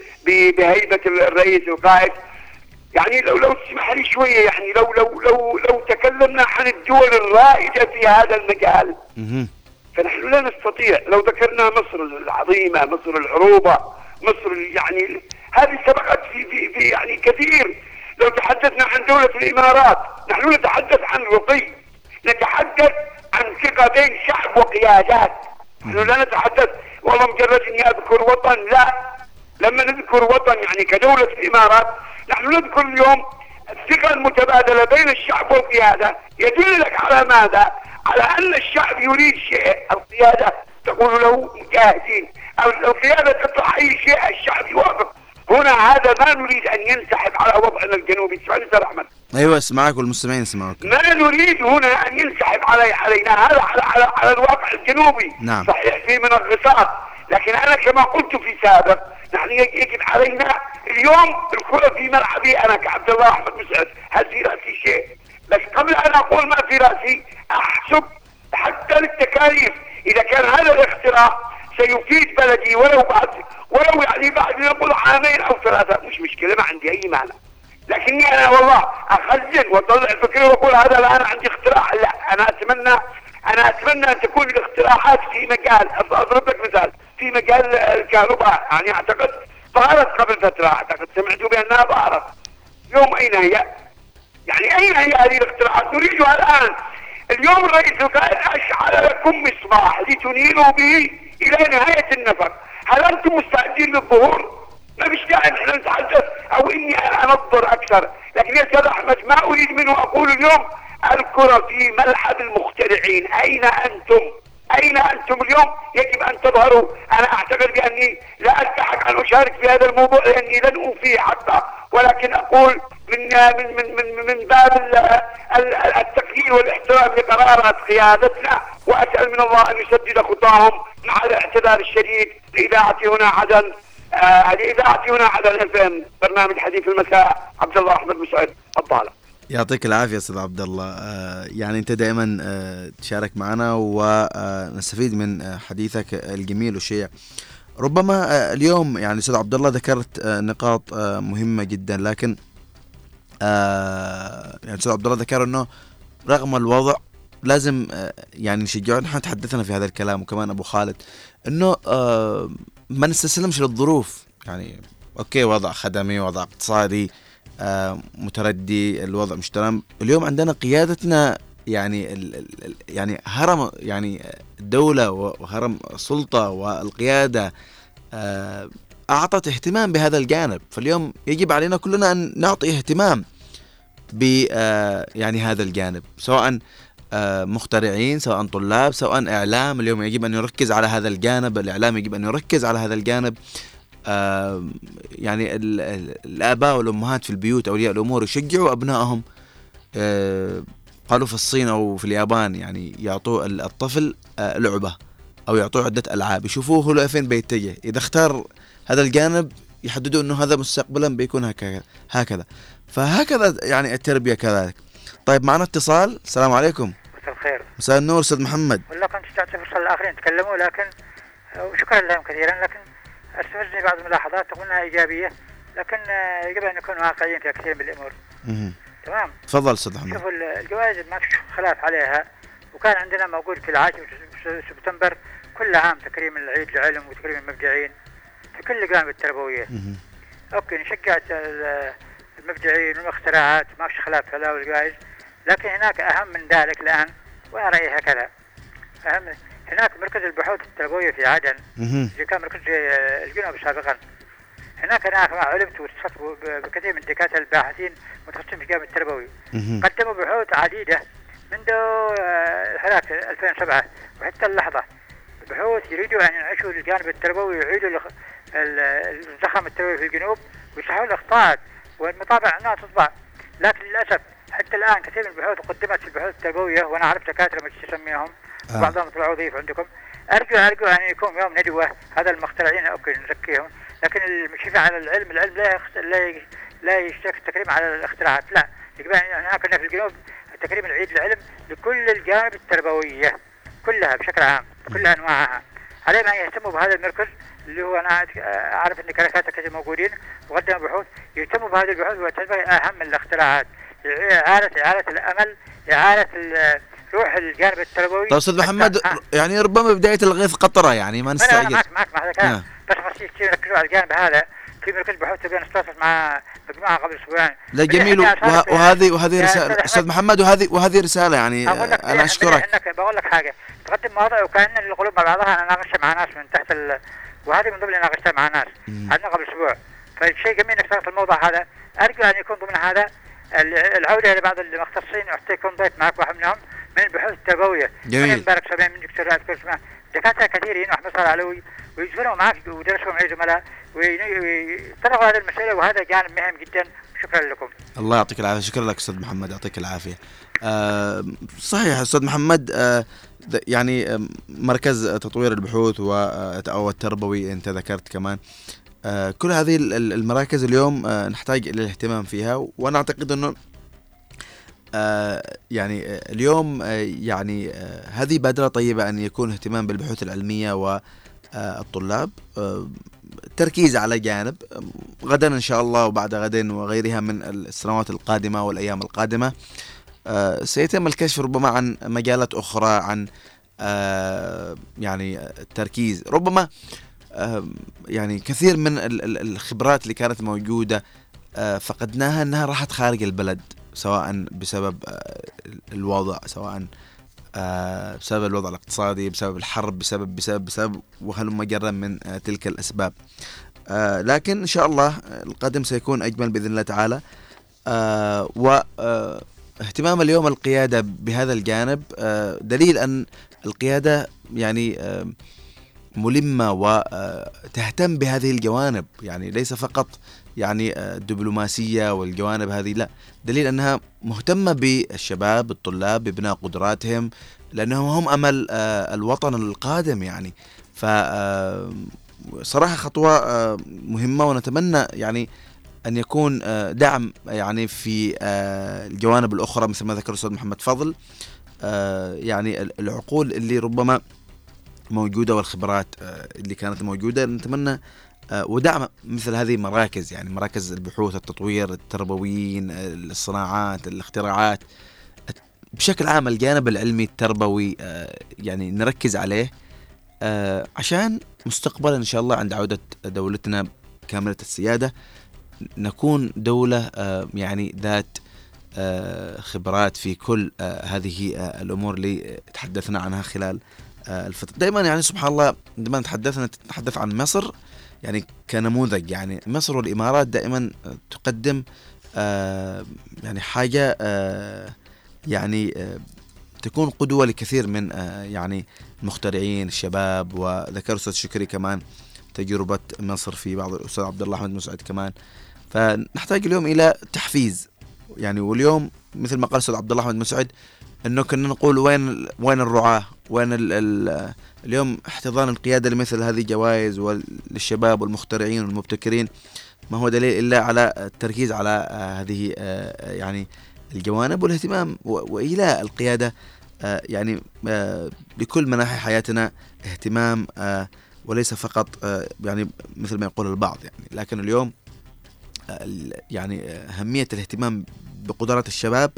بهيبة الرئيس القائد. يعني لو تسمح لي شوية، يعني لو تكلمنا عن الدول الرائدة في هذا المجال، فنحن لا نستطيع. لو ذكرنا مصر العظيمة، مصر العروبة، مصر يعني هذه سبقت في يعني كثير. لو تحدثنا عن دولة الإمارات، نحن نتحدث عن رقي، نتحدث عن ثقة بين شعب وقيادات. نحن لا نتحدث والله مجرد اني اذكر وطن، لا. لما نذكر وطن يعني كدولة الإمارات، نحن نذكر اليوم الثقة المتبادلة بين الشعب والقيادة. يدل لك على ماذا؟ على أن الشعب يريد شيء، القيادة تقول له جاهزين، أو القيادة تطرح أي شيء الشعب يوافق. هنا هذا ما نريد أن ينسحب على وضعنا الجنوبي. اسمعني أستاذ أحمد. أيوة اسمعك والمستمعين يسمعوك. ما نريد هنا أن ينسحب علينا هذا على الواقع الجنوبي. نعم. صحيح في منغصات، لكن أنا كما قلت في سابق نحن يجب علينا اليوم الكرة في ملعبي أنا كعبد الله أحمد مسعد. هل في رأسي شيء؟ بس قبل أن أقول ما في رأسي أحسب حتى للتكاليف. إذا كان هذا الاختراع سيفيد بلدي ولو يعني بعد نقول عامين أو 3، مش مشكلة، ما عندي أي مانع. لكني أنا والله أخزن وأطلع الفكرة وأقول هذا لا أنا عندي اختراع، لا. أنا أتمنى أن تكون الاختراعات في مجال، أضرب لك مثال، في مجال الكهرباء. يعني أعتقد ظهرت قبل فترة، أعتقد سمعتوا بأنها ظهرت. اليوم أين هي؟ يعني أين هي هذه الاختراعات؟ نريدها الآن. اليوم الرئيس القائد أشعل لكم مصباح لتنيروا به إلى نهاية النفق. هل أنتم مستعدين للظهور؟ ما فيش داعي نحن نتحدث أو إني أنظر أكثر، لكن يا أستاذ أحمد ما أريد منه أقول اليوم الكرة في ملعب المخترعين. أين أنتم؟ أين أنتم اليوم؟ يجب أن تظهروا. أنا أعتقد بأني لا أستحق أن أشارك في هذا الموضوع لأني لن أوفي حقه، ولكن أقول من باب التقدير والاحترام لقرارات قيادتنا، وأسأل من الله أن يسدد خطاهم مع الاعتذار الشديد لإذاعة هنا عدن. لإذاعة هنا عدن FM برنامج حديث المساء. عبد الله أحمد مسعد الضالة. يعطيك العافية أستاذ عبد الله. يعني أنت دائما تشارك معنا ونستفيد من حديثك الجميل والشيع. ربما اليوم يعني أستاذ عبد الله ذكرت نقاط مهمة جدا، لكن يعني أستاذ عبد الله ذكر أنه رغم الوضع لازم يعني نشجعه. نحن تحدثنا في هذا الكلام وكمان أبو خالد أنه ما نستسلمش للظروف. يعني أوكي وضع خدمي وضع اقتصادي متردي، الوضع مش تمام. اليوم عندنا قيادتنا يعني هرم، يعني الدولة وهرم السلطة والقيادة أعطت اهتمام بهذا الجانب، فاليوم يجب علينا كلنا أن نعطي اهتمام ب يعني هذا الجانب، سواء مخترعين، سواء طلاب، سواء إعلام. اليوم يجب أن يركز على هذا الجانب، الإعلام يجب أن يركز على هذا الجانب. يعني الآباء والأمهات في البيوت، أولياء الأمور يشجعوا أبنائهم. قالوا في الصين أو في اليابان يعني يعطوا الطفل لعبة أو يعطوا عدة ألعاب، يشوفوه هو فين بيتجه. إذا اختار هذا الجانب يحددوا أنه هذا مستقبلا بيكون هكذا. فهكذا يعني التربية كذلك. طيب معنا اتصال. السلام عليكم. مساء الخير. مساء النور أستاذ محمد. والله كنت تعطي فرصة للآخرين تكلموا، لكن وشكرا لهم كثيرا، لكن استفزني بعض الملاحظات تقولها إيجابية، لكن يجب أن نكون واقعيين في كثير من الأمور. تمام. تفضل أستاذ محمد. شوفوا الجوائز ما فيش خلاف عليها، وكان عندنا موجود في 10 سبتمبر كل عام تكريم العيد العلم وتكريم المبدعين في كل الجوانب التربوية. أوكي نشجع المبدعين والاختراعات، ما فيش خلاف على الجوائز، لكن هناك أهم من ذلك الآن، وأنا رأيي هكذا. هناك مركز البحوث التربوية في عدن، اللي كان مركز الجنوب سابقا. هناك أنا علمت واتصلت بكثير من دكاترة الباحثين متخصصين في الجانب التربوي، قدموا بحوث عديدة منذ هناك 2007 وحتى اللحظة، بحوث يريدوا أن ينعشوا الجانب التربوي ويعيدوا الزخم التربوي في الجنوب ويصححوا الأخطاء والمطابع أنها تطبع. لكن للأسف حتى الآن كثير من البحوث قدمت في البحوث التربوية، وأنا أعرف دكاترة ما تسميهم وبعضهم طلعوا ضيف عندكم. أرجو أن يكون يوم ندوة هذا المخترعين أوكي نزكيهم، لكن المشرفين على العلم لا يشترك التكريم على الاختراعات، لا. يجب هناك في الجنوب تكريم العيد العلم لكل الجانب التربوية كلها بشكل عام، كل أنواعها. علينا أن يهتموا بهذا المركز اللي هو أنا أعرف أن كركاتة كثير موجودين وقدموا بحوث، يهتموا بهذه البحوث وتعتبر أهم من الاختراعات، إعادة الأمل، إعادة روح الجانب التربوي. طيب أستاذ محمد، يعني ربما بداية الغيث قطرة، يعني ما نستعجل. أنا معك هذا كلام، بس خاصية يركزوا على الجانب هذا. في مركز بحوث تبين استضافت مع مجموعة قبل أسبوعين. لا جميل، وهذه رسالة أستاذ محمد، وهذه رسالة يعني أنا أشكرك. بقول لك حاجة، تقدم مواضيع وكأن القلوب مع بعضها. أنا ناقشتها مع ناس من تحت وهذه من ضمن اللي ناقشتها مع ناس عندنا قبل أسبوع. فالشيء جميل إنك تاخذ الموضوع هذا. أرجو أن يكون ضمن هذا العودة لبعض المختصين، وحتى يكون ضيف معك واحد منهم من البحوث التربوية. جميل. من مبارك سبعين من دكتور رائد كرسمان، دكاترة كثيرين وأحمد صالح علوي، ويجبروا معك ودرسوا معي زملاء ويطرقوا هذه المسألة، وهذا جانب مهم جدا. شكرا لكم. الله يعطيك العافية. شكرا لك أستاذ محمد، يعطيك العافية. صحيح أستاذ محمد، يعني مركز تطوير البحوث والتربوي أنت ذكرت كمان، كل هذه المراكز اليوم نحتاج إلى الاهتمام فيها، وأنا أعتقد أنه يعني اليوم يعني هذه بادرة طيبة أن يكون اهتمام بالبحوث العلمية والطلاب، تركيز على جانب. غدا إن شاء الله وبعد غد وغيرها من السنوات القادمة والأيام القادمة سيتم الكشف ربما عن مجالات أخرى، عن يعني التركيز. ربما يعني كثير من الخبرات اللي كانت موجودة فقدناها، أنها راحت خارج البلد، سواء بسبب الوضع، سواء بسبب الوضع الاقتصادي، بسبب الحرب، بسبب وهلم جرا من تلك الأسباب. لكن إن شاء الله القادم سيكون أجمل بإذن الله تعالى. واهتمام اليوم القيادة بهذا الجانب دليل أن القيادة يعني ملمة وتهتم بهذه الجوانب، يعني ليس فقط يعني الدبلوماسية والجوانب هذه، لا، دليل أنها مهتمة بالشباب الطلاب ببناء قدراتهم، لأنهم هم أمل الوطن القادم يعني. فصراحة خطوة مهمة، ونتمنى يعني أن يكون دعم يعني في الجوانب الأخرى مثل ما ذكر الأستاذ محمد فضل، يعني العقول اللي ربما موجودة والخبرات اللي كانت موجودة، نتمنى ودعم مثل هذه المراكز، يعني مراكز البحوث، التطوير، التربويين، الصناعات، الاختراعات، بشكل عام الجانب العلمي التربوي، يعني نركز عليه عشان مستقبلا إن شاء الله عند عودة دولتنا كاملة السيادة نكون دولة يعني ذات خبرات في كل هذه الأمور اللي تحدثنا عنها خلال الفترة. دائما يعني سبحان الله عندما نتحدث عن مصر يعني كنموذج، يعني مصر والإمارات دائما تقدم يعني حاجة يعني تكون قدوة لكثير من يعني المخترعين الشباب. وذكر أستاذ شكري كمان تجربة مصر في بعض الأستاذ عبد الله أحمد مسعد كمان. فنحتاج اليوم إلى تحفيز يعني. واليوم مثل ما قال الأستاذ عبد الله أحمد مسعد أنه كنا نقول وين الرعاة، وين اليوم احتضان القيادة لمثل هذه الجوائز للشباب والمخترعين والمبتكرين، ما هو دليل إلا على التركيز على هذه يعني الجوانب والاهتمام وإلى القيادة يعني بكل مناحي حياتنا اهتمام، وليس فقط يعني مثل ما يقول البعض يعني. لكن اليوم يعني أهمية الاهتمام بقدرات الشباب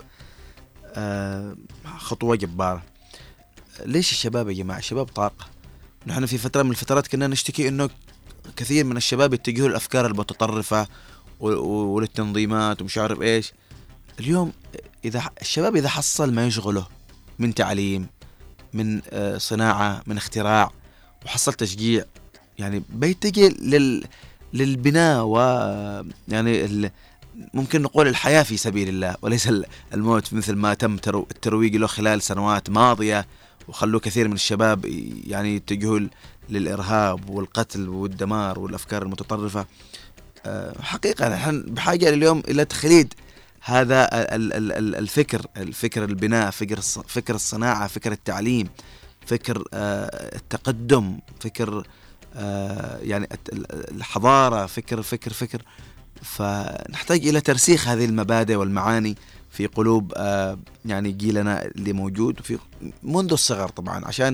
خطوة جبارة. ليش الشباب يا جماعة؟ الشباب طاقة. نحن في فترة من الفترات كنا نشتكي إنه كثير من الشباب يتجهوا الأفكار المتطرفة وللتنظيمات ومش عارف إيش. اليوم إذا الشباب إذا حصل ما يشغله من تعليم، من صناعة، من اختراع، وحصل تشجيع، يعني بيتجه للبناء ويعني ممكن نقول الحياة في سبيل الله وليس الموت مثل ما تم الترويج له خلال سنوات ماضية، وخلوا كثير من الشباب يعني يتجهوا للإرهاب والقتل والدمار والأفكار المتطرفة. حقيقة نحن بحاجة اليوم إلى تخليد هذا الفكر البناء، فكر الصناعة، فكر التعليم، فكر التقدم، فكر يعني الحضارة، فكر. فنحتاج إلى ترسيخ هذه المبادئ والمعاني في قلوب يعني جيلنا اللي موجود في منذ الصغر طبعا، عشان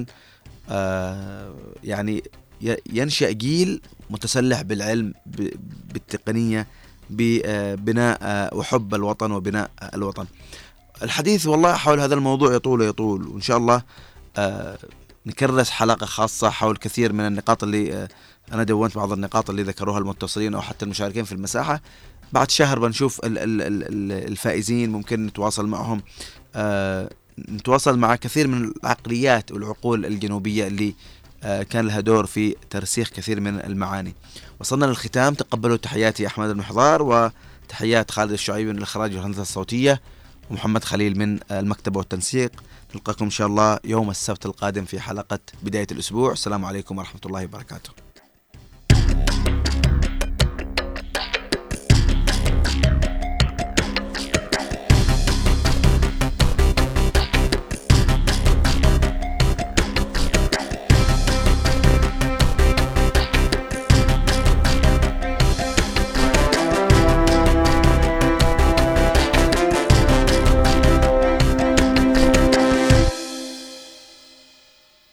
يعني ينشأ جيل متسلح بالعلم، بالتقنية، ببناء وحب الوطن وبناء الوطن. الحديث والله حول هذا الموضوع يطول، وإن شاء الله نكرس حلقة خاصة حول كثير من النقاط اللي أنا دونت بعض النقاط اللي ذكروها المتصلين أو حتى المشاركين في المساحة. بعد شهر بنشوف الفائزين، ممكن نتواصل معهم، نتواصل مع كثير من العقليات والعقول الجنوبية اللي كان لها دور في ترسيخ كثير من المعاني. وصلنا للختام، تقبلوا تحياتي أحمد المحضار وتحيات خالد الشعيبي من الإخراج والهندسة الصوتية، ومحمد خليل من المكتبة والتنسيق. نلقاكم إن شاء الله يوم السبت القادم في حلقة بداية الأسبوع. السلام عليكم ورحمة الله وبركاته.